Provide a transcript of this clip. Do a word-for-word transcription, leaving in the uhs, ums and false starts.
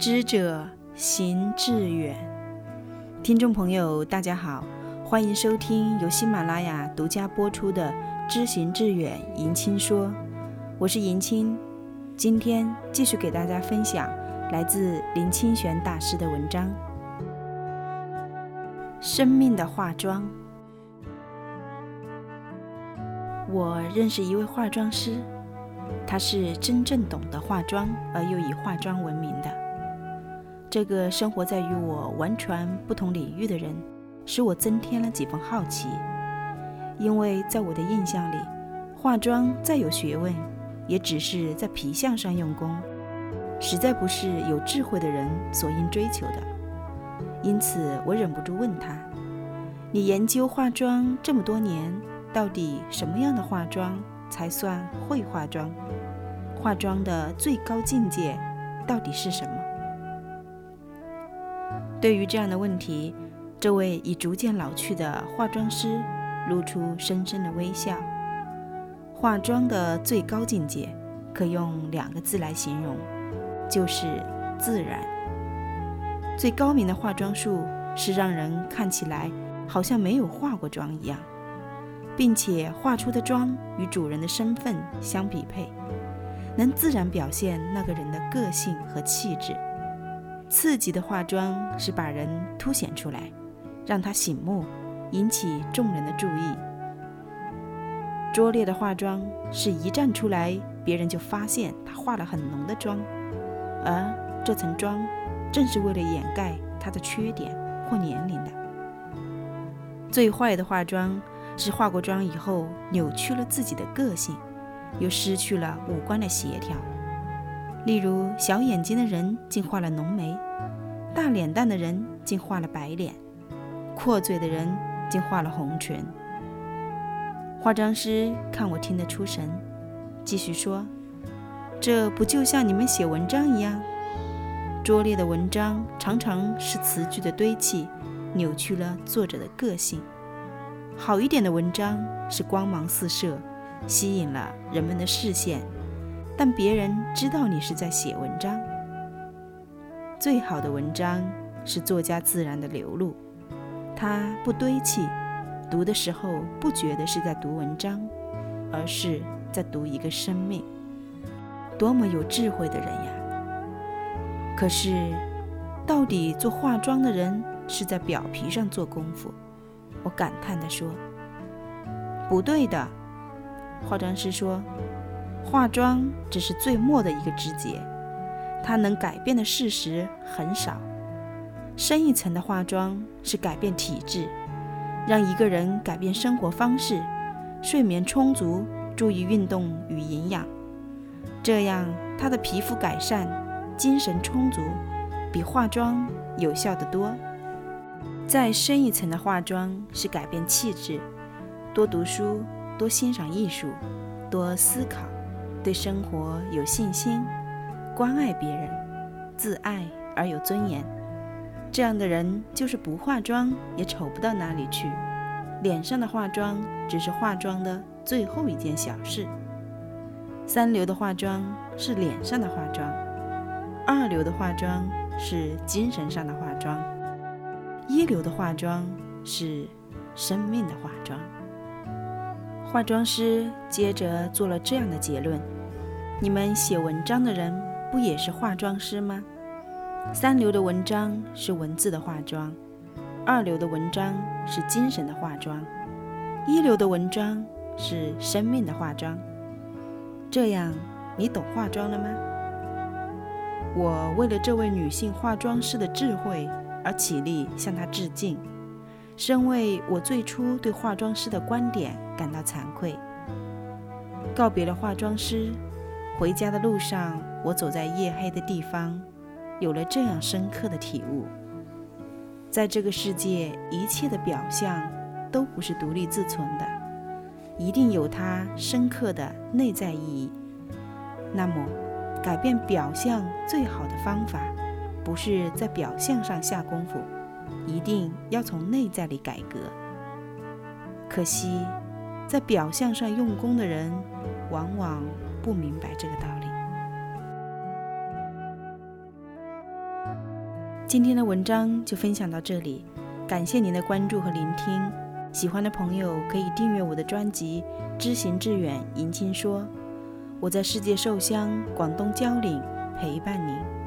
知者行志远。听众朋友大家好，欢迎收听由喜马拉雅独家播出的知行志远迎亲说，我是迎亲。今天继续给大家分享来自林清玄大师的文章，生命的化妆。我认识一位化妆师，他是真正懂得化妆而又以化妆闻名的。这个生活在与我完全不同领域的人，使我增添了几分好奇。因为在我的印象里，化妆再有学问，也只是在皮相上用功，实在不是有智慧的人所应追求的。因此我忍不住问他，你研究化妆这么多年，到底什么样的化妆才算会化妆？化妆的最高境界到底是什么？对于这样的问题，这位已逐渐老去的化妆师露出深深的微笑。化妆的最高境界可用两个字来形容，就是自然。最高明的化妆术是让人看起来好像没有化过妆一样，并且化出的妆与主人的身份相匹配，能自然表现那个人的个性和气质。刺激的化妆是把人凸显出来，让他醒目，引起众人的注意。拙劣的化妆是一站出来，别人就发现他化了很浓的妆，而这层妆正是为了掩盖他的缺点或年龄的。最坏的化妆是化过妆以后扭曲了自己的个性，又失去了五官的协调。例如小眼睛的人竟画了浓眉，大脸蛋的人竟画了白脸，阔嘴的人竟画了红唇。化妆师看我听得出神，继续说，这不就像你们写文章一样？拙劣的文章常常是词句的堆砌，扭曲了作者的个性。好一点的文章是光芒四射，吸引了人们的视线，但别人知道你是在写文章。最好的文章是作家自然的流露，它不堆砌，读的时候不觉得是在读文章，而是在读一个生命。多么有智慧的人呀！可是到底做化妆的人是在表皮上做功夫，我感叹地说。不对的，化妆师说，化妆只是最末的一个枝节，它能改变的事实很少。深一层的化妆是改变体质，让一个人改变生活方式，睡眠充足，注意运动与营养，这样他的皮肤改善，精神充足，比化妆有效得多。再深一层的化妆是改变气质，多读书，多欣赏艺术，多思考，对生活有信心，关爱别人，自爱而有尊严。这样的人就是不化妆也丑不到哪里去，脸上的化妆只是化妆的最后一件小事。三流的化妆是脸上的化妆，二流的化妆是精神上的化妆，一流的化妆是生命的化妆。化妆师接着做了这样的结论，你们写文章的人不也是化妆师吗？三流的文章是文字的化妆，二流的文章是精神的化妆，一流的文章是生命的化妆。这样你懂化妆了吗？我为了这位女性化妆师的智慧而起立向她致敬，深为我最初对化妆师的观点感到惭愧。告别了化妆师，回家的路上，我走在夜黑的地方，有了这样深刻的体悟：在这个世界，一切的表象都不是独立自存的，一定有它深刻的内在意义。那么，改变表象最好的方法，不是在表象上下功夫，一定要从内在里改革。可惜，在表象上用功的人，往往不明白这个道理。 今天的文章就分享到这里，感谢您的关注和聆听。喜欢的朋友可以订阅我的专辑《知行致远迎亲说》，我在世界寿乡广东蕉岭陪伴您。